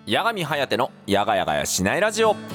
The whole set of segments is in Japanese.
八神颯のやがやがやしないラジオ。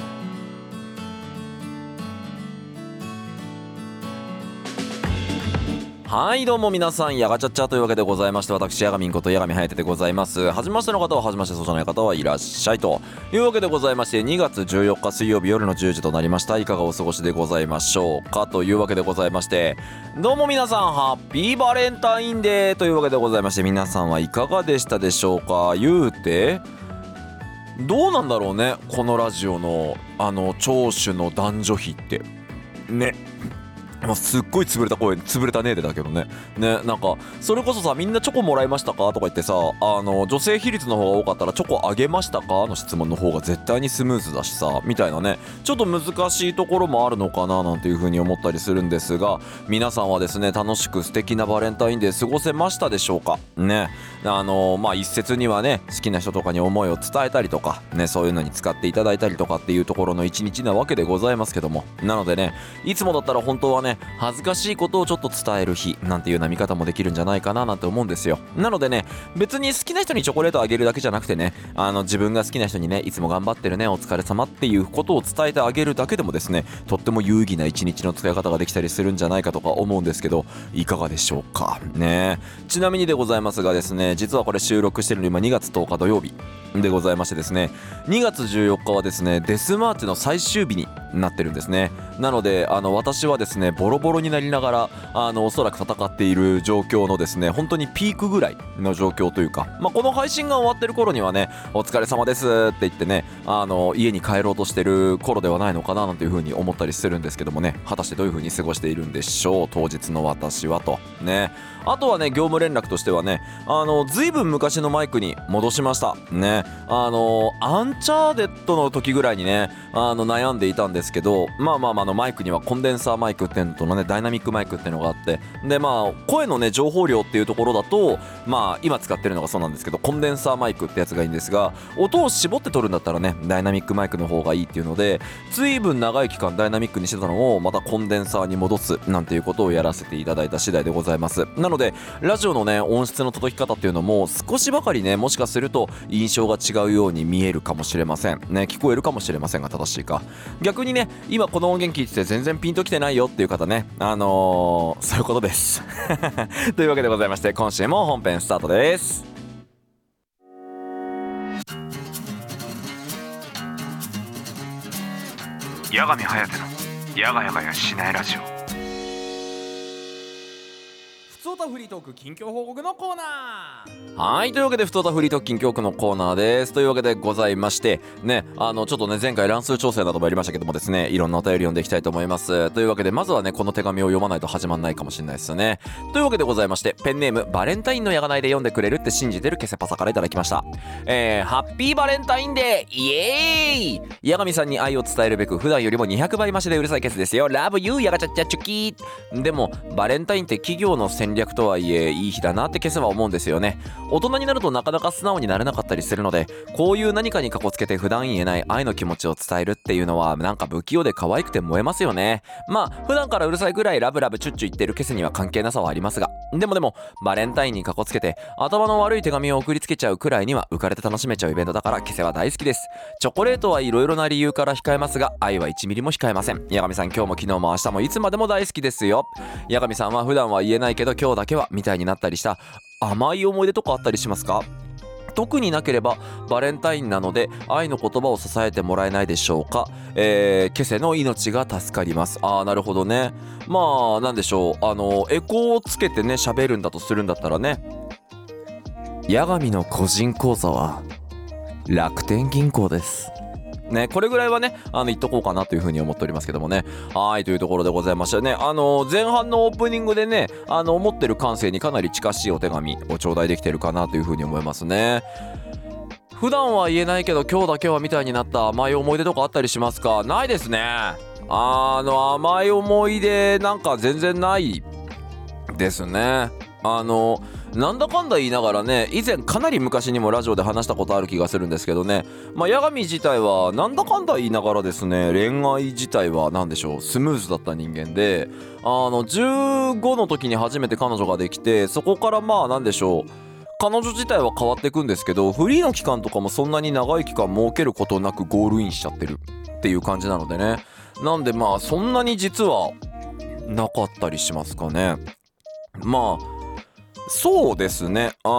はいどうも皆さん、やがちゃっちゃというわけでございまして、私八神こと八神颯でございます。はじめましての方ははじめまして、そうじゃない方はいらっしゃいというわけでございまして、2月14日水曜日夜の10時となりました。いかがお過ごしでございましょうかというわけでございまして、どうも皆さんハッピーバレンタインデーというわけでございまして、皆さんはいかがでしたでしょうか。言うてどうなんだろうね、このラジオの聴取の男女比ってね。すっごい潰れた声、潰れたねでだけどね。なんかそれこそさ、みんなチョコもらいましたかとか言ってさ、女性比率の方が多かったらチョコあげましたかの質問の方が絶対にスムーズだしさ、みたいなね、ちょっと難しいところもあるのかななんていう風に思ったりするんですが、皆さんはですね、楽しく素敵なバレンタインデー過ごせましたでしょうかね。一説にはね、好きな人とかに思いを伝えたりとかね、そういうのに使っていただいたりとかっていうところの一日なわけでございますけども、なのでね、いつもだったら本当はね、恥ずかしいことをちょっと伝える日なんていうような見方もできるんじゃないかななんて思うんですよ。なのでね、別に好きな人にチョコレートあげるだけじゃなくてね、自分が好きな人にね、いつも頑張ってるね、お疲れ様っていうことを伝えてあげるだけでもですね、とっても有意義な一日の使い方ができたりするんじゃないかとか思うんですけど、いかがでしょうかね。ちなみにでございますがですね、実はこれ収録してるの今2月10日土曜日でございましてですね、2月14日はですね、デスマーチの最終日になってるんですね。なので私はですね、ボロボロになりながらおそらく戦っている状況のですね、本当にピークぐらいの状況というか、この配信が終わってる頃にはね、お疲れ様ですって言ってね、家に帰ろうとしてる頃ではないのかななんていう風に思ったりするんですけどもね、果たしてどういう風に過ごしているんでしょう、当日の私はとね。あとはね、業務連絡としてはね、ずいぶん昔のマイクに戻しましたね。アンチャーデッドの時ぐらいにね、悩んでいたんですけど、マイクにはコンデンサーマイクっていうのとね、ダイナミックマイクっていうのがあって、で声のね情報量っていうところだと、今使ってるのがそうなんですけど、コンデンサーマイクってやつがいいんですが、音を絞って撮るんだったらね、ダイナミックマイクの方がいいっていうので、ずいぶん長い期間ダイナミックにしてたのをまたコンデンサーに戻すなんていうことをやらせていただいた次第でございます。なのでラジオのね、音質の届き方っていうのも少しばかりね、もしかすると印象が違うように見えるかもしれませんね、聞こえるかもしれませんが正しいか。逆にね、今この音源聞いてて全然ピンときてないよっていう方ね、そういうことですというわけでございまして、今週も本編スタートです。 八神颯のやがやがやしないラジオ。 ふつおたフリートーク近況報告のコーナー。はい、というわけでふつおたフリートーク近況報告のコーナーです。というわけでございましてね、ちょっとね、前回乱数調整などもやりましたけどもですね、いろんなお便り読んでいきたいと思います。というわけでまずはね、この手紙を読まないと始まんないかもしれないですよね。というわけでございまして、ペンネームバレンタインのやがないで読んでくれるって信じてるケセパサからいただきました。ハッピーバレンタインデーイエーイ。八神さんに愛を伝えるべく普段よりも200倍増しでうるさいケセですよ。ラブユーやがちゃっちゃチュキー。でもバレンタインって企業の戦略とはいえいい日だなってケセは思うんですよね。大人になるとなかなか素直になれなかったりするので、こういう何かにかこつけて普段言えない愛の気持ちを伝えるっていうのはなんか不器用で可愛くて燃えますよね。普段からうるさいぐらいラブラブチュッチュ言ってるケセには関係なさはありますが、でもバレンタインにかこつけて頭の悪い手紙を送りつけちゃうくらいには浮かれて楽しめちゃうイベントだからケセは大好きです。チョコレートはいろいろな理由から控えますが、愛は1ミリも控えません。八神さん、今日も昨日も明日もいつまでも大好きですよ。八神さんは普段は言えないけど今日だけはみたいになったりした甘い思い出とかあったりしますか？特になければバレンタインなので愛の言葉を支えてもらえないでしょうか。ケセの命が助かります。なるほどね。なんでしょう、エコーをつけてね喋るんだとするんだったらね、八神の個人口座は楽天銀行ですね、これぐらいはね言っとこうかなというふうに思っておりますけどもね。はい、というところでございましたね。前半のオープニングでね、思ってる感性にかなり近しいお手紙を頂戴できてるかなというふうに思いますね。普段は言えないけど今日だけはみたいになった甘い思い出とかあったりしますか？ないですね。甘い思い出なんか全然ないですね。なんだかんだ言いながらね、以前かなり昔にもラジオで話したことある気がするんですけどね、八神自体はなんだかんだ言いながらですね、恋愛自体は何でしょう、スムーズだった人間で、15の時に初めて彼女ができて、そこからなんでしょう、 彼女自体は変わっていくんですけど、フリーの期間とかもそんなに長い期間設けることなくゴールインしちゃってるっていう感じなのでね。なんでまあそんなに実はなかったりしますかね。まあそうですね。なんか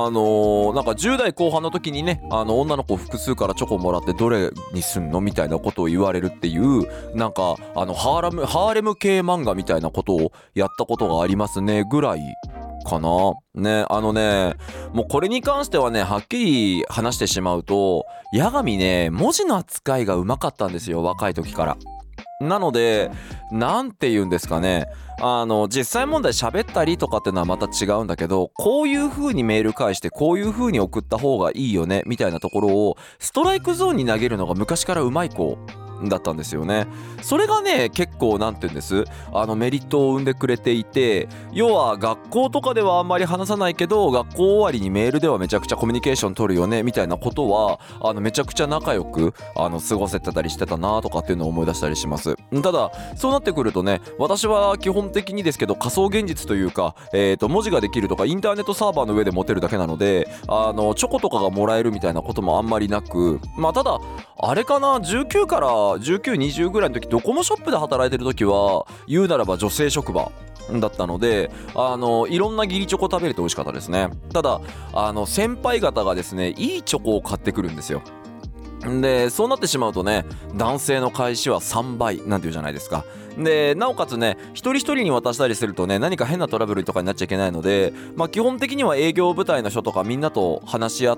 10代後半の時にね、女の子複数からチョコもらってどれにすんのみたいなことを言われるっていう、なんかハーレム系漫画みたいなことをやったことがありますねぐらいかな。ね、もうこれに関してはね、はっきり話してしまうと、八神ね、文字の扱いがうまかったんですよ、若い時から。なので、なんて言うんですかね、実際問題喋ったりとかっていうのはまた違うんだけど、こういう風にメール返してこういう風に送った方がいいよねみたいなところをストライクゾーンに投げるのが昔からうまい子だったんですよね。それがね、結構なんて言うんです、メリットを生んでくれていて、要は学校とかではあんまり話さないけど、学校終わりにメールではめちゃくちゃコミュニケーション取るよねみたいなことはめちゃくちゃ仲良く過ごせてたりしてたなとかっていうのを思い出したりします。ただそうなってくるとね、私は基本的にですけど仮想現実というか、文字ができるとかインターネットサーバーの上で持てるだけなので、チョコとかがもらえるみたいなこともあんまりなく、まあただあれかな、19から19、20ぐらいの時、ドコモショップで働いてる時は言うならば女性職場だったので、いろんな義理チョコ食べれて美味しかったですね。ただ先輩方がですね、いいチョコを買ってくるんですよ。でそうなってしまうとね、男性の返しは3倍なんていうじゃないですか。でなおかつね、一人一人に渡したりするとね、何か変なトラブルとかになっちゃいけないので、まあ基本的には営業部隊の人とかみんなと話し合って、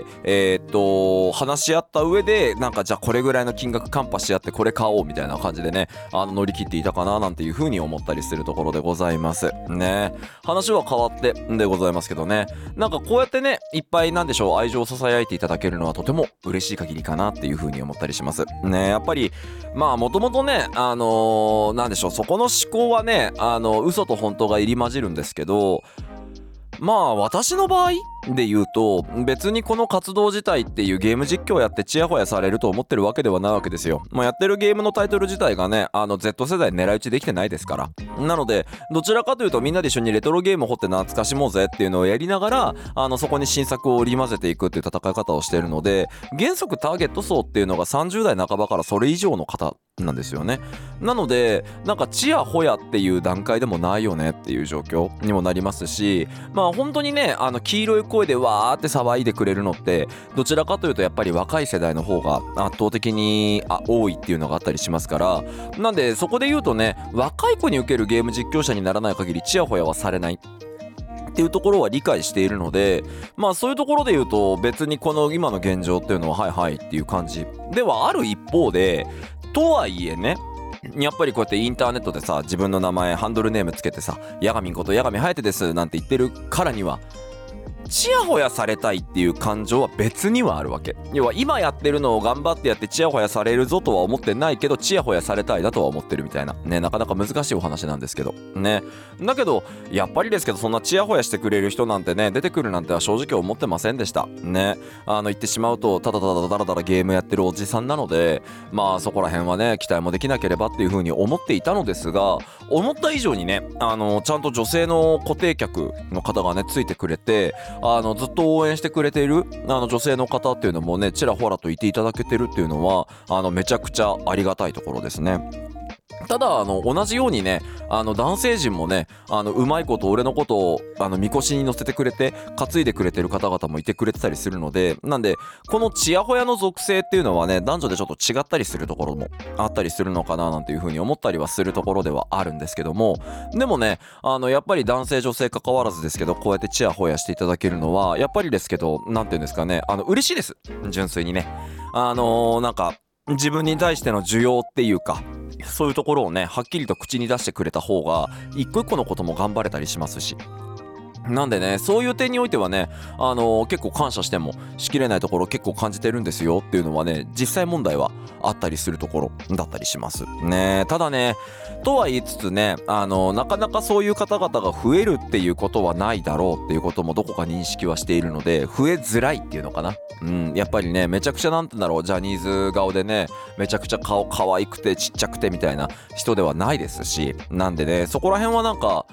話し合った上で、なんかじゃあこれぐらいの金額カンパし合ってこれ買おうみたいな感じでね、乗り切っていたかななんていう風に思ったりするところでございますね。話は変わってでございますけどね、なんかこうやってね、いっぱいなんでしょう、愛情を囁いていただけるのはとても嬉しい限りかなっていう風に思ったりしますね。やっぱりまあもともとね、なんでしょう、そこの思考はね、嘘と本当が入り混じるんですけど、まあ私の場合で言うと、別にこの活動自体っていうゲーム実況をやってチヤホヤされると思ってるわけではないわけですよ。やってるゲームのタイトル自体がね、Z 世代狙い撃ちできてないですから。なのでどちらかというと、みんなで一緒にレトロゲームを掘って懐かしもうぜっていうのをやりながら、そこに新作を織り交ぜていくっていう戦い方をしているので、原則ターゲット層っていうのが30代半ばからそれ以上の方なんですよね。なのでなんかチヤホヤっていう段階でもないよねっていう状況にもなりますし、まあ本当にね、黄色い声でわーって騒いでくれるのってどちらかというとやっぱり若い世代の方が圧倒的に多いっていうのがあったりしますから、なんでそこで言うとね、若い子に受けるゲーム実況者にならない限りチヤホヤはされないっていうところは理解しているので、まあそういうところで言うと別にこの今の現状っていうのははいはいっていう感じではある一方で、とはいえね、やっぱりこうやってインターネットでさ、自分の名前ハンドルネームつけてさ、ヤガミンことヤガミハヤテですなんて言ってるからには、チヤホヤされたいっていう感情は別にはあるわけ。要は今やってるのを頑張ってやってチヤホヤされるぞとは思ってないけど、チヤホヤされたいだとは思ってるみたいなね、なかなか難しいお話なんですけどね。だけどやっぱりですけど、そんなチヤホヤしてくれる人なんてね、出てくるなんては正直思ってませんでしたね。言ってしまうとただただだらだらゲームやってるおじさんなので、まあそこら辺はね、期待もできなければっていう風に思っていたのですが、思った以上にね、ちゃんと女性の固定客の方がねついてくれて、ずっと応援してくれている女性の方っていうのもね、ちらほらといていただけてるっていうのはめちゃくちゃありがたいところですね。ただ同じようにね、男性陣もね、うまいこと俺のことをみこしに乗せてくれて担いでくれてる方々もいてくれてたりするので、なんでこのチヤホヤの属性っていうのはね、男女でちょっと違ったりするところもあったりするのかななんていう風に思ったりはするところではあるんですけども、でもね、やっぱり男性女性関わらずですけど、こうやってチヤホヤしていただけるのはやっぱりですけど、なんていうんですかね、嬉しいです。純粋にね、なんか自分に対しての需要っていうか、そういうところをねはっきりと口に出してくれた方が一個一個のことも頑張れたりしますし、なんでね、そういう点においてはね、結構感謝してもしきれないところ結構感じてるんですよっていうのはね、実際問題はあったりするところだったりしますね。ただね、とは言いつつね、なかなかそういう方々が増えるっていうことはないだろうっていうこともどこか認識はしているので、増えづらいっていうのかな。やっぱりね、めちゃくちゃなんてだろう、ジャニーズ顔でね、めちゃくちゃ顔可愛くてちっちゃくてみたいな人ではないですし、なんでね、そこら辺はなんか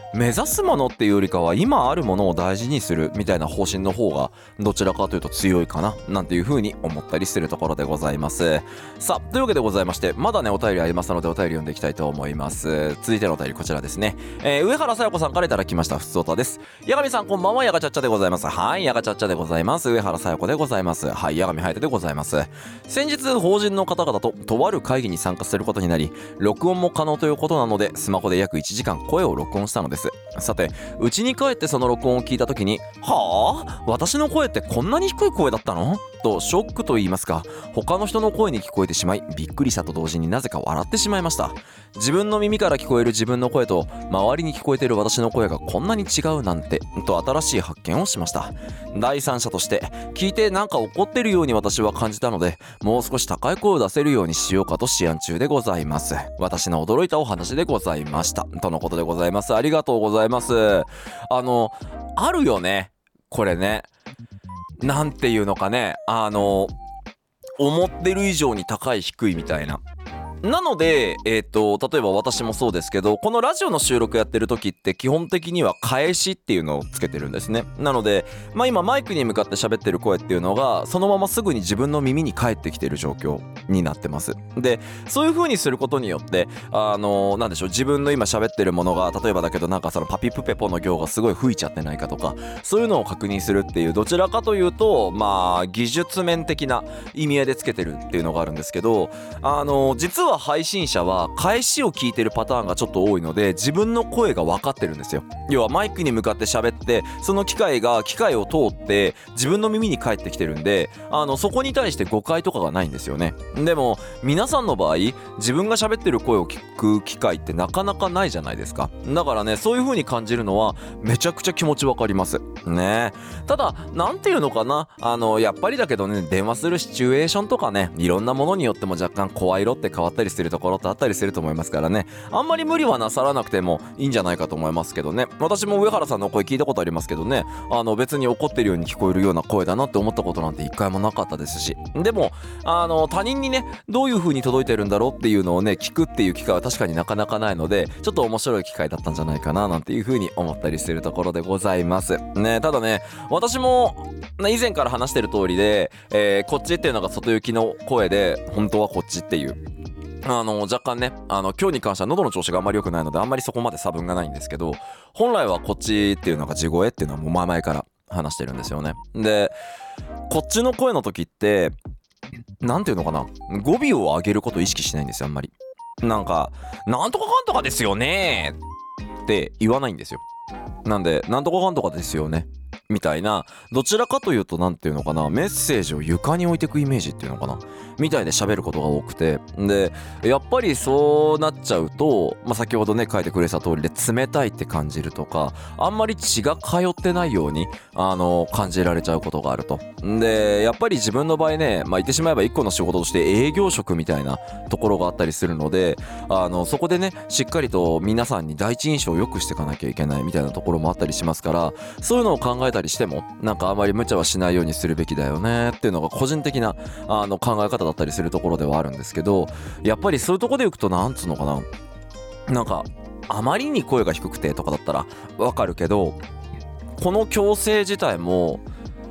目指すものっていうよりかは今あるものを大事にするみたいな方針の方がどちらかというと強いかななんていう風に思ったりするところでございます。さあというわけでございまして、まだねお便りありますのでお便り読んでいきたいと思います。続いてのお便りこちらですね、上原さや子さんからいただきました。ふつおたです。八神さんこんばんは、やがちゃっちゃでございます。はい、やがちゃっちゃでございます。上原さや子でございます。はい、八神隼人でございます。先日法人の方々とある会議に参加することになり、録音も可能ということなのでスマホで約1時間声を録音したのです。さて家に帰ってその録音を聞いた時に、はあ、私の声ってこんなに低い声だったのとショックと言いますか、他の人の声に聞こえてしまいびっくりしたと同時になぜか笑ってしまいました。自分の耳から聞こえる自分の声と周りに聞こえている私の声がこんなに違うなんてと新しい発見をしました。第三者として聞いてなんか怒ってるように私は感じたので、もう少し高い声を出せるようにしようかと思案中でございます。私の驚いたお話でございましたとのことでございます。ありがとうございます。あるよねこれね、なんていうのかね、思ってる以上に高い低いみたいな。なので、例えば私もそうですけど、このラジオの収録やってる時って基本的には返しっていうのをつけてるんですね。なので、今マイクに向かって喋ってる声っていうのがそのまますぐに自分の耳に返ってきてる状況になってます。で、そういう風にすることによってなんでしょう、自分の今喋ってるものが例えばだけどなんかそのパピプペポの行がすごい吹いちゃってないかとか、そういうのを確認するっていう、どちらかというと技術面的な意味合いでつけてるっていうのがあるんですけど、実は配信者は返しを聞いてるパターンがちょっと多いので、自分の声が分かってるんですよ。要はマイクに向かって喋ってその機械を通って自分の耳に返ってきてるんで、そこに対して誤解とかがないんですよね。でも皆さんの場合自分が喋ってる声を聞く機会ってなかなかないじゃないですか。だからね、そういう風に感じるのはめちゃくちゃ気持ち分かりますね。ただなんていうのかな、やっぱりだけどね、電話するシチュエーションとかね、いろんなものによっても若干声色って変わったりするところってあったりすると思いますからね、あんまり無理はなさらなくてもいいんじゃないかと思いますけどね。私も上原さんの声聞いたことありますけどね、別に怒ってるように聞こえるような声だなって思ったことなんて一回もなかったですし、でも他人にねどういう風に届いてるんだろうっていうのをね聞くっていう機会は確かになかなかないので、ちょっと面白い機会だったんじゃないかななんていう風に思ったりするところでございますね。ただね、私も以前から話してる通りで、こっちっていうのが外行きの声で本当はこっちっていう、若干ね今日に関しては喉の調子があんまり良くないのであんまりそこまで差分がないんですけど、本来はこっちっていうのが地声っていうのはもう前々から話してるんですよね。でこっちの声の時ってなんていうのかな、語尾を上げることを意識しないんですよ。あんまりなんかなんとかかんとかですよねって言わないんですよ。なんでなんとかかんとかですよねみたいな、どちらかというとなんていうのかな、メッセージを床に置いていくイメージっていうのかなみたいで喋ることが多くて、でやっぱりそうなっちゃうと、先ほどね書いてくれた通りで冷たいって感じるとか、あんまり血が通ってないように感じられちゃうことがあると。でやっぱり自分の場合ね、言ってしまえば一個の仕事として営業職みたいなところがあったりするので、そこでねしっかりと皆さんに第一印象を良くしていかなきゃいけないみたいなところもあったりしますから、そういうのを考えたりしてもなんかあまり無茶はしないようにするべきだよねっていうのが個人的な考え方だったりするところではあるんですけど、やっぱりそういうところでいくとなんつうのかな、なんかあまりに声が低くてとかだったらわかるけど、この矯正自体も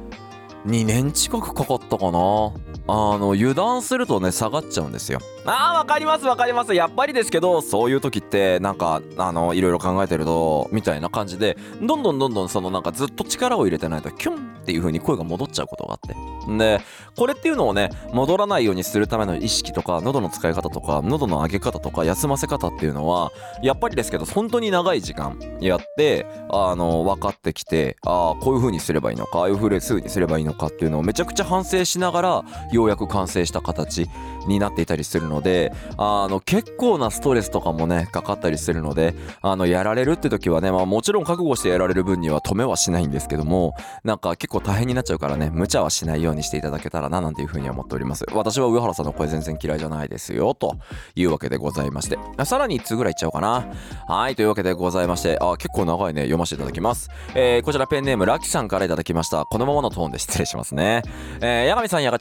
2年近くかかったかな。油断するとね下がっちゃうんですよ。わかりますわかります。やっぱりですけど、そういう時ってなんかいろいろ考えてるとみたいな感じでどんどんそのなんかずっと力を入れてないとキュンっていう風に声が戻っちゃうことがあって、でこれっていうのをね戻らないようにするための意識とか喉の使い方とか喉の上げ方とか休ませ方っていうのはやっぱりですけど本当に長い時間やって分かってきて、こういう風にすればいいのか、ああいう風にすればいいのかっていうのをめちゃくちゃ反省しながらようやく完成した形になっていたりするので、結構なストレスとかもねかかったりするので、やられるって時はね、もちろん覚悟してやられる分には止めはしないんですけども、なんか結構大変になっちゃうからね無茶はしないようにしていただけたらななんていうふうに思っております。私は上原さんの声全然嫌いじゃないですよというわけでございまして、さらに1通ぐらいいっちゃおうかな。はい、というわけでございまして、結構長いね、読ませていただきます。こちらペンネームラキさんからいただきました。このままのトーンで失礼しますね。八神さん、やがちゃほ、は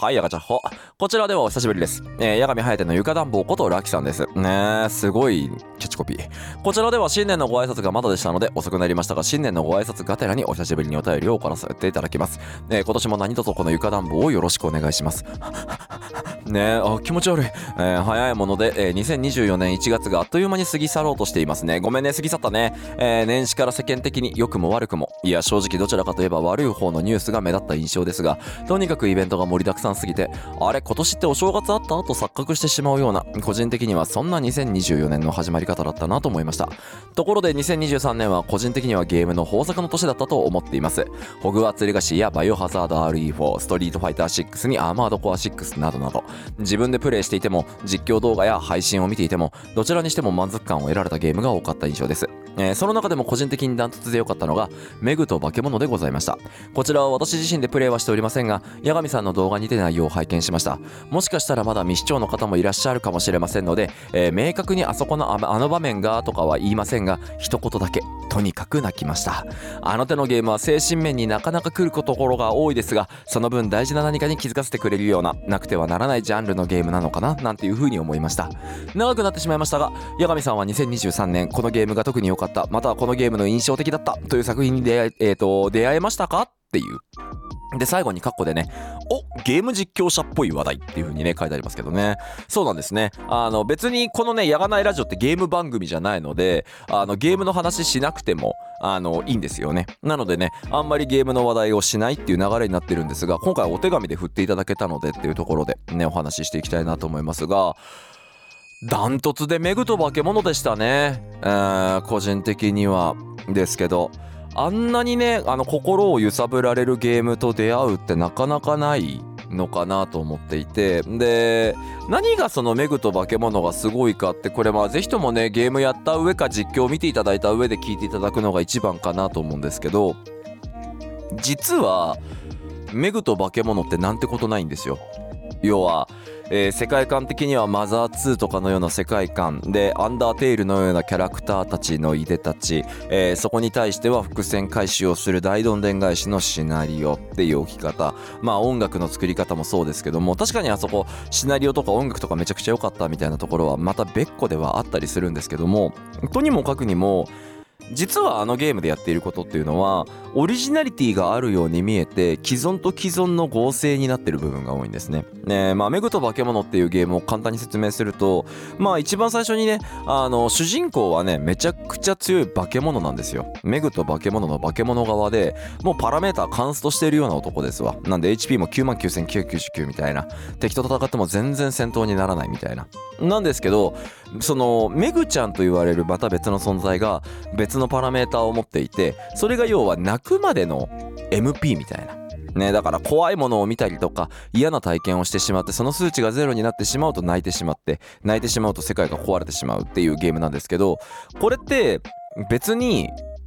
はい、やがちゃっほ。こちらではお久しぶりです。八神隼の床暖房ことラキさんです。ねすごいキャッチコピー。こちらでは新年のご挨拶がまだでしたので遅くなりましたが、新年のご挨拶がてらにお久しぶりにお便りを送らせていただきます。今年も何卒この床暖房をよろしくお願いします。気持ち悪い。早いもので、2024年1月があっという間に過ぎ去ろうとしていますね。ごめんね、過ぎ去ったね。年始から世間的に良くも悪くも、いや正直どちらかといえば悪い方のニュースが目立った印象ですが、とにかくイベントが盛りだくさんすぎて、あれ今年ってお正月あったと錯覚してしまうような、個人的にはそんな2024年の始まり方だったなと思いました。ところで2023年は個人的にはゲームの豊作の年だったと思っています。ホグワーツレガシーやバイオハザード RE4、ストリートファイター6にアーマードコア6などなど、自分でプレイしていても実況動画や配信を見ていてもどちらにしても満足感を得られたゲームが多かった印象です。その中でも個人的にダントツで良かったのがメグと化け物でございました。こちらは私自身でプレイはしておりませんが、八神さんの動画にて内容を拝見しました。もしかしたらまだ未視聴の方もいらっしゃるかもしれませんので、明確にあそこのあの場面がとかは言いませんが、一言だけとにかく泣きました。あの手のゲームは精神面になかなか来るところが多いですが、その分大事な何かに気づかせてくれるような、なくてはならないジャンルのゲームなのかななんていう風に思いました。長くなってしまいましたが、八神さんは2023年このゲームが特に良かった、またはこのゲームの印象的だったという作品に出会えましたかっていう。で最後にカッコでね、ゲーム実況者っぽい話題っていう風にね書いてありますけどね。そうなんですね。別にこのねやがないラジオってゲーム番組じゃないので、ゲームの話しなくてもいいんですよね。なのでね、あんまりゲームの話題をしないっていう流れになってるんですが、今回はお手紙で振っていただけたのでっていうところでねお話ししていきたいなと思いますが、ダントツでメグと化け物でしたね。個人的にはですけど、あんなにね心を揺さぶられるゲームと出会うってなかなかないのかなと思っていて、で何がそのメグと化け物がすごいかって、これぜひともねゲームやった上か実況を見ていただいた上で聞いていただくのが一番かなと思うんですけど、実はメグと化け物ってなんてことないんですよ。要は世界観的にはマザー2とかのような世界観で、アンダーテイルのようなキャラクターたちのいでたち、そこに対しては伏線回収をする大どんでん返しのシナリオっていう置き方、音楽の作り方もそうですけども、確かにあそこシナリオとか音楽とかめちゃくちゃ良かったみたいなところはまた別個ではあったりするんですけども、とにもかくにも実はゲームでやっていることっていうのはオリジナリティがあるように見えて、既存と既存の合成になってる部分が多いんですね。メグと化け物っていうゲームを簡単に説明すると、一番最初にね主人公はねめちゃくちゃ強い化け物なんですよ。メグと化け物の化け物側で、もうパラメーターカンストしているような男ですわ。なんで HP も99,999みたいな、敵と戦っても全然戦闘にならないみたいななんですけど、そのメグちゃんと言われるまた別の存在が別のパラメーターを持っていて、それが要は泣くまでの MP みたいなね。だから怖いものを見たりとか嫌な体験をしてしまって、その数値がゼロになってしまうと泣いてしまうと世界が壊れてしまうっていうゲームなんですけど、これって別に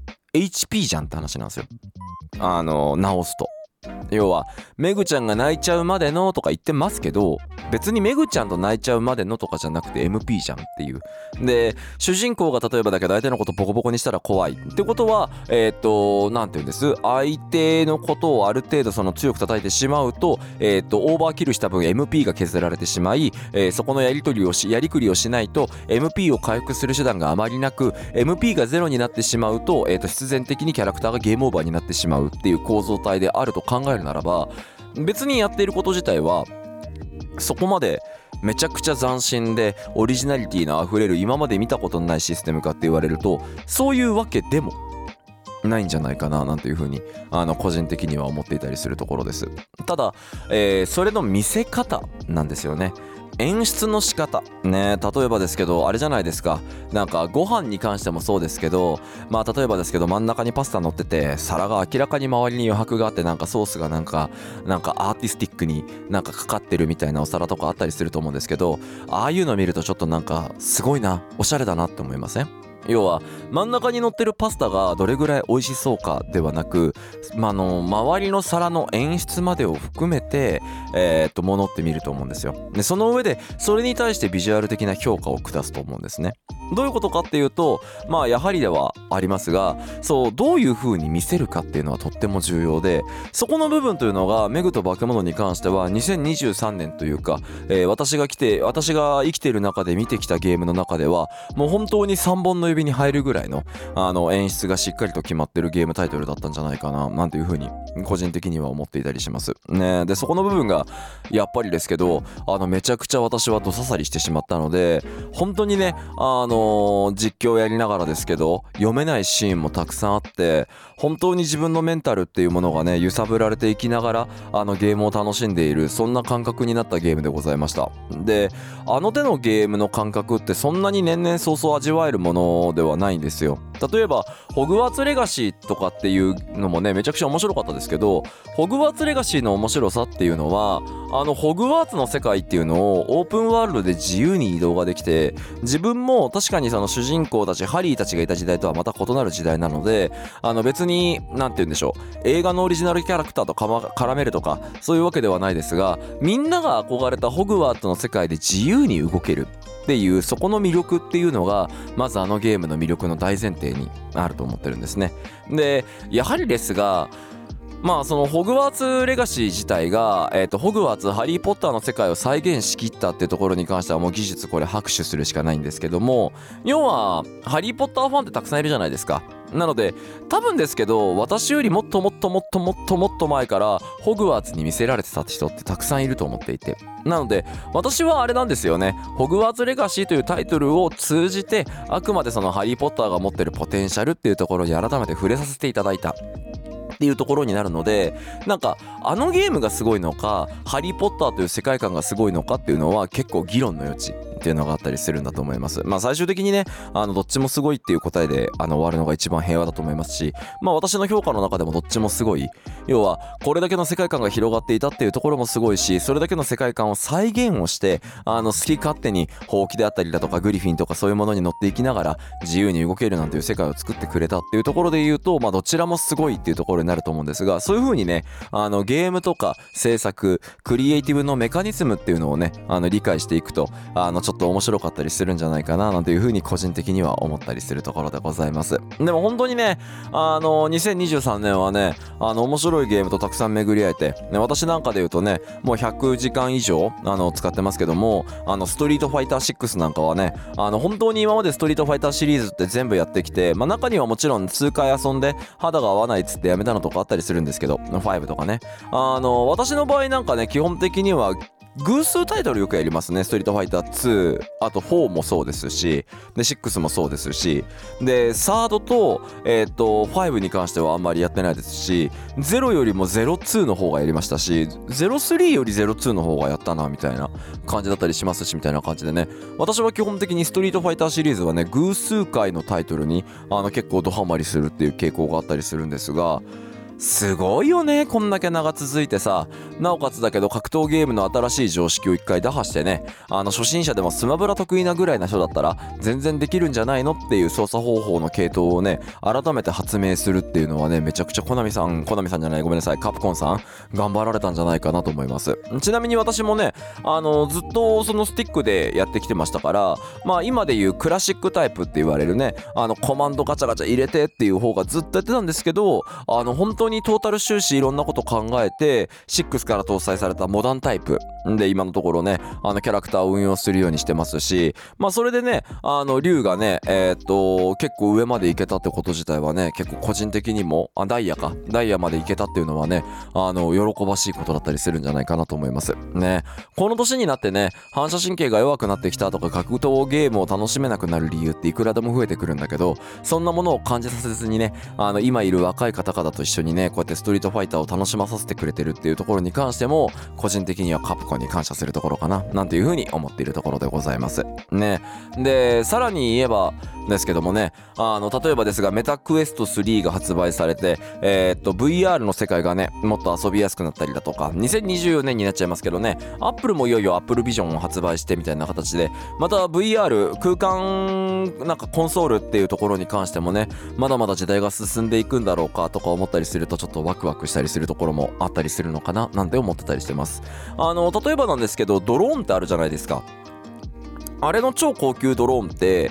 HP じゃんって話なんですよ。直すと、要はメグちゃんが泣いちゃうまでのとか言ってますけど、別にメグちゃんと泣いちゃうまでのとかじゃなくて MP じゃんっていう。で主人公が例えばだけど相手のことボコボコにしたら怖いってことはなんて言うんです、相手のことをある程度その強く叩いてしまうとオーバーキルした分 MP が削られてしまい、そこのやりくりをしないと MP を回復する手段があまりなく MP がゼロになってしまうと、必然的にキャラクターがゲームオーバーになってしまうっていう構造体であると考えるならば、別にやっていること自体はそこまでめちゃくちゃ斬新でオリジナリティのあふれる今まで見たことのないシステムかって言われると、そういうわけでもないんじゃないかななんていうふうに個人的には思っていたりするところです。ただ、それの見せ方なんですよね。演出の仕方ね。例えばですけどあれじゃないですか、なんかご飯に関してもそうですけど、例えばですけど真ん中にパスタ乗ってて、皿が明らかに周りに余白があって、なんかソースがなんかアーティスティックになんかかかってるみたいなお皿とかあったりすると思うんですけど、ああいうの見るとちょっとなんかすごいな、おしゃれだなって思いません？ 要は真ん中に乗ってるパスタがどれぐらい美味しそうかではなく、周りの皿の演出までを含めて物って見ると思うんですよ。でその上でそれに対してビジュアル的な評価を下すと思うんですね。どういうことかっていうと、やはりではありますが、そうどういう風に見せるかっていうのはとっても重要で、そこの部分というのがメグと化け物に関しては2023年というか、私が生きている中で見てきたゲームの中ではもう本当に3本の指に入るぐらいの演出がしっかりと決まってるゲームタイトルだったんじゃないかななんていう風に個人的には思っていたりしますね。でそこの部分がやっぱりですけどめちゃくちゃ私はド刺さりしてしまったので、本当にね実況やりながらですけど読めないシーンもたくさんあって、本当に自分のメンタルっていうものがね揺さぶられていきながらゲームを楽しんでいる、そんな感覚になったゲームでございました。で手のゲームの感覚ってそんなに年々そうそう味わえるものではないんですよ。例えばホグワーツレガシーとかっていうのもねめちゃくちゃ面白かったですけど、ホグワーツレガシーの面白さっていうのはホグワーツの世界っていうのをオープンワールドで自由に移動ができて、自分も確かにその主人公たちハリーたちがいた時代とはまた異なる時代なので、別になんて言うんでしょう、映画のオリジナルキャラクターと絡めるとかそういうわけではないですが、みんなが憧れたホグワーツの世界で自由に動けるっていう、そこの魅力っていうのがまずゲームの魅力の大前提にあると思ってるんですね。でやはりですがそのホグワーツレガシー自体が、ホグワーツハリーポッターの世界を再現しきったっていうところに関してはもう技術これ拍手するしかないんですけども、要はハリーポッターファンってたくさんいるじゃないですか。なので多分ですけど私よりもっと前からホグワーツに見せられてた人ってたくさんいると思っていて、なので私はあれなんですよね、ホグワーツレガシーというタイトルを通じてあくまでそのハリーポッターが持ってるポテンシャルっていうところに改めて触れさせていただいたっていうところになるので、なんかゲームがすごいのかハリーポッターという世界観がすごいのかっていうのは結構議論の余地っていうのがあったりするんだと思います。最終的にねどっちもすごいっていう答えで終わるのが一番平和だと思いますし、私の評価の中でもどっちもすごい、要はこれだけの世界観が広がっていたっていうところもすごいし、それだけの世界観を再現をして好き勝手にほうきであったりだとかグリフィンとかそういうものに乗っていきながら自由に動けるなんていう世界を作ってくれたっていうところで言うと、どちらもすごいっていうところになると思うんですが、そういう風にねゲームとか制作クリエイティブのメカニズムっていうのをね理解していくとちょっと面白かったりするんじゃないかななんていう風に個人的には思ったりするところでございます。でも本当にね2023年はね面白いゲームとたくさん巡り合えて、私なんかで言うとねもう100時間以上使ってますけども、ストリートファイター6なんかはね本当に今までストリートファイターシリーズって全部やってきて、中にはもちろん数回遊んで肌が合わないっつってやめたのとかあったりするんですけど、5とかね私の場合なんかね基本的には偶数タイトルよくやりますね。ストリートファイター2、あと4もそうですし、で6もそうですし、でサードと5に関してはあんまりやってないですし、0よりも02の方がやりましたし、03より02の方がやったなみたいな感じだったりしますしみたいな感じでね、私は基本的にストリートファイターシリーズはね偶数回のタイトルに結構ドハマりするっていう傾向があったりするんですが、すごいよね、こんだけ長続いてさ。なおかつだけど格闘ゲームの新しい常識を一回打破してね初心者でもスマブラ得意なぐらいな人だったら全然できるんじゃないのっていう操作方法の系統をね改めて発明するっていうのはねめちゃくちゃコナミさんじゃないごめんなさいカプコンさん頑張られたんじゃないかなと思います。ちなみに私もねずっとそのスティックでやってきてましたから、今でいうクラシックタイプって言われるねコマンドガチャガチャ入れてっていう方がずっとやってたんですけど、本当にトータル終始いろんなこと考えて6から搭載されたモダンタイプで今のところねキャラクターを運用するようにしてますし、それでね竜がね結構上までいけたってこと自体はね結構個人的にもダイヤまでいけたっていうのはね喜ばしいことだったりするんじゃないかなと思いますね。この年になってね反射神経が弱くなってきたとか格闘ゲームを楽しめなくなる理由っていくらでも増えてくるんだけど、そんなものを感じさせずにね今いる若い方々と一緒にねこうやってストリートファイターを楽しまさせてくれてるっていうところに関しても個人的にはカプココンに感謝するところかななんていうふうに思っているところでございますね。でさらに言えばですけどもね、例えばですがメタクエスト3が発売されて、VR の世界がねもっと遊びやすくなったりだとか、2024年になっちゃいますけどね、アップルもいよいよアップルビジョンを発売してみたいな形で、また VR 空間なんかコンソールっていうところに関してもね、まだまだ時代が進んでいくんだろうかとか思ったりすると、ちょっとワクワクしたりするところもあったりするのかななんて思ってたりしてます。例えばなんですけど、ドローンってあるじゃないですか。あれの超高級ドローンって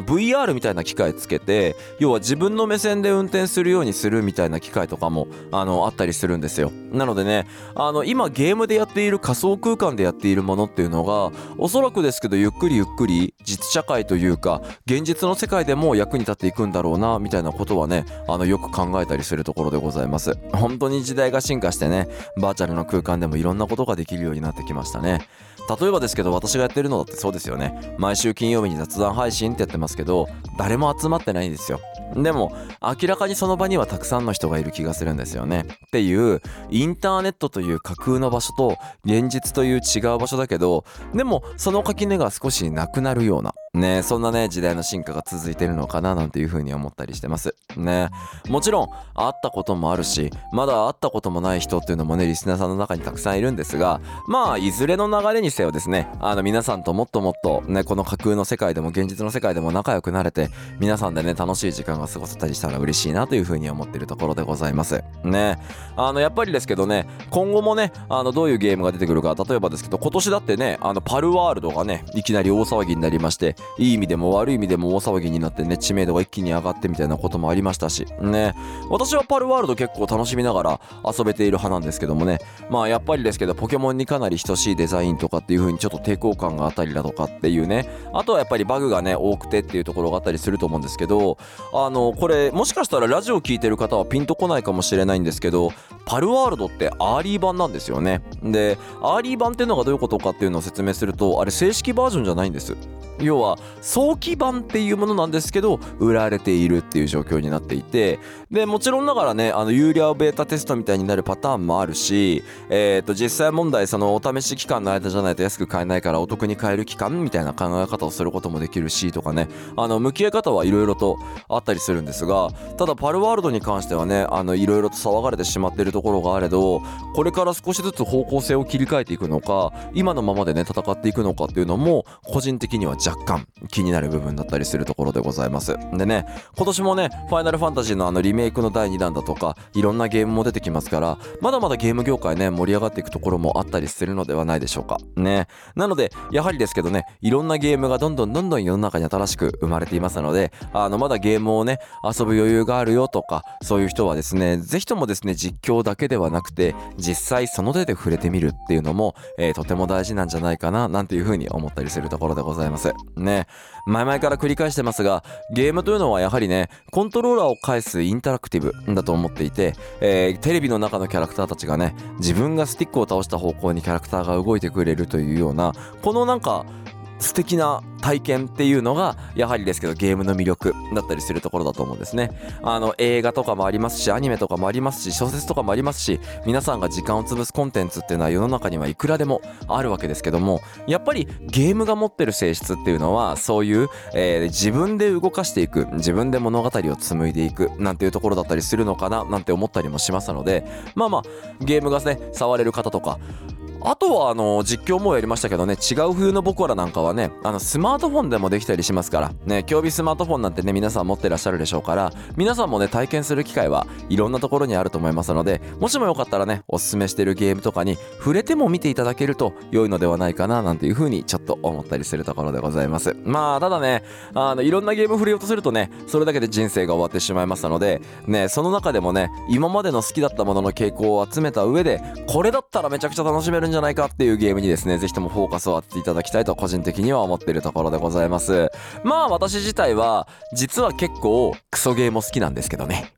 VR みたいな機械つけて、要は自分の目線で運転するようにするみたいな機械とかもあったりするんですよ。なのでね、今ゲームでやっている仮想空間でやっているものっていうのが、おそらくですけどゆっくり実社会というか現実の世界でも役に立っていくんだろうなみたいなことはね、よく考えたりするところでございます。本当に時代が進化してね、バーチャルの空間でもいろんなことができるようになってきましたね。例えばですけど、私がやってるのだってそうですよね。毎週金曜日に雑談配信ってやってますけど、誰も集まってないんですよ。でも明らかにその場にはたくさんの人がいる気がするんですよね。っていうインターネットという架空の場所と現実という違う場所だけど、でもその垣根が少しなくなるようなね、そんなね時代の進化が続いてるのかななんていう風に思ったりしてますね。もちろん会ったこともあるし、まだ会ったこともない人っていうのもねリスナーさんの中にたくさんいるんですが、まあいずれの流れにせよですね、皆さんともっともっとね、この架空の世界でも現実の世界でも仲良くなれて、皆さんでね楽しい時間が過ごせたりしたら嬉しいなという風に思っているところでございますね。やっぱりですけどね、今後もねどういうゲームが出てくるか、例えばですけど今年だってねパルワールドがねいきなり大騒ぎになりまして、いい意味でも悪い意味でも大騒ぎになってね、知名度が一気に上がってみたいなこともありましたしね。私はパルワールド結構楽しみながら遊べている派なんですけどもね、まあやっぱりですけどポケモンにかなり等しいデザインとかっていう風にちょっと抵抗感があったりだとかっていうね、あとはやっぱりバグがね多くてっていうところがあったりすると思うんですけど、これもしかしたらラジオ聞いてる方はピンとこないかもしれないんですけど、パルワールドってアーリー版なんですよね。でアーリー版っていうのがどういうことかっていうのを説明すると、あれ正式バージョンじゃないんです。要は早期版っていうものなんですけど売られているっていう状況になっていて、でもちろんながらね有料ベータテストみたいになるパターンもあるし、実際問題そのお試し期間の間じゃないと安く買えないからお得に買える期間みたいな考え方をすることもできるしとかね、向き合い方はいろいろとあったりするんですが、ただパルワールドに関してはねいろいろと騒がれてしまっているところがあれど、これから少しずつ方向性を切り替えていくのか、今のままでね戦っていくのかっていうのも個人的には若干気になる部分だったりするところでございます。でね、今年もねファイナルファンタジーのリメイクの第2弾だとかいろんなゲームも出てきますから、まだまだゲーム業界ね盛り上がっていくところもあったりするのではないでしょうかね。なのでやはりですけどね、いろんなゲームがどんどん世の中に新しく生まれていますので、まだゲームをね遊ぶ余裕があるよとか、そういう人はですねぜひともですね実況だけではなくて実際その手で触れてみるっていうのも、とても大事なんじゃないかななんていうふうに思ったりするところでございますね。前々から繰り返してますが、ゲームというのはやはりねコントローラーを介すインタラクティブだと思っていて、テレビの中のキャラクターたちがね自分がスティックを倒した方向にキャラクターが動いてくれるというような、このなんか素敵な体験っていうのがやはりですけどゲームの魅力だったりするところだと思うんですね。映画とかもありますし、アニメとかもありますし、小説とかもありますし、皆さんが時間を潰すコンテンツっていうのは世の中にはいくらでもあるわけですけども、やっぱりゲームが持ってる性質っていうのはそういう、自分で動かしていく、自分で物語を紡いでいくなんていうところだったりするのかななんて思ったりもしますので、まあゲームがね触れる方とか、あとは実況もやりましたけどね、違う冬の僕らなんかはねスマートフォンでもできたりしますからね、競技スマートフォンなんてね皆さん持ってらっしゃるでしょうから、皆さんもね体験する機会はいろんなところにあると思いますので、もしもよかったらねおすすめしてるゲームとかに触れても見ていただけると良いのではないかななんていう風にちょっと思ったりするところでございます。まあただねいろんなゲーム触れようとするとねそれだけで人生が終わってしまいますのでね、その中でもね今までの好きだったものの傾向を集めた上で、これだったらめちゃくちゃ楽しめるんじゃないかっていうゲームにですねぜひともフォーカスを当てていただきたいと個人的には思っているところでございます。まあ私自体は実は結構クソゲーも好きなんですけどね。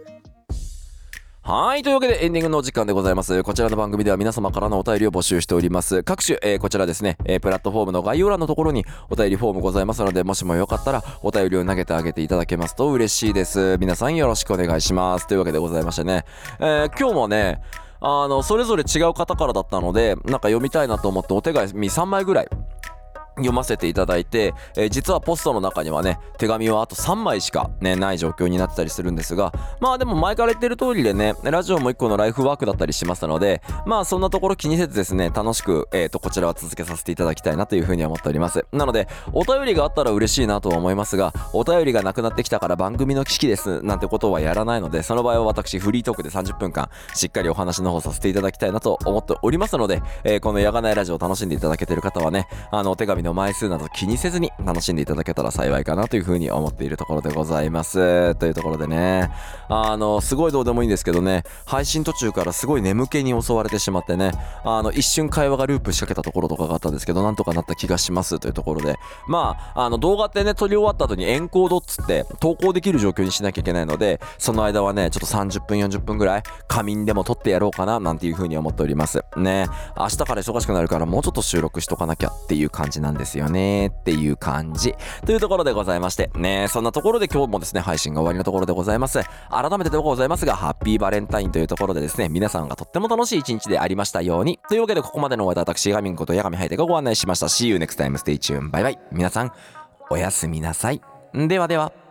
はい、というわけでエンディングのお時間でございます。こちらの番組では皆様からのお便りを募集しております。各種、こちらですね、プラットフォームの概要欄のところにお便りフォームございますので、もしもよかったらお便りを投げてあげていただけますと嬉しいです。皆さんよろしくお願いします。というわけでございましてね、今日もねそれぞれ違う方からだったので、なんか読みたいなと思ってお手紙3枚ぐらい読ませていただいて、実はポストの中にはね、手紙はあと3枚しかね、ない状況になってたりするんですが、まあでも前から言ってる通りでね、ラジオも一個のライフワークだったりしますので、まあそんなところ気にせずですね、楽しく、こちらは続けさせていただきたいなというふうに思っております。なので、お便りがあったら嬉しいなとは思いますが、お便りがなくなってきたから番組の危機ですなんてことはやらないので、その場合は私フリートークで30分間しっかりお話の方させていただきたいなと思っておりますので、このやがないラジオを楽しんでいただけている方はね、お手紙の枚数など気にせずに楽しんでいただけたら幸いかなというふうに思っているところでございます。というところでね、すごいどうでもいいんですけどね、配信途中からすごい眠気に襲われてしまってね、一瞬会話がループしかけたところとかがあったんですけど、なんとかなった気がしますというところで、まあ動画ってね、撮り終わった後にエンコードっつって投稿できる状況にしなきゃいけないので、その間はね、ちょっと30分40分ぐらい仮眠でも撮ってやろうかななんていうふうに思っておりますね。明日から忙しくなるからもうちょっと収録しとかなきゃっていう感じなんですよねっていう感じというところでございましてね、そんなところで今日もですね、配信が終わりのところでございます。改めてではございますが、ハッピーバレンタインというところでですね、皆さんがとっても楽しい一日でありましたようにというわけで、ここまでのお相手は私、ガミンこと矢上ハイテがご案内しました。 See you next time, stay tuned, バイバイ。皆さんおやすみなさい。ではでは。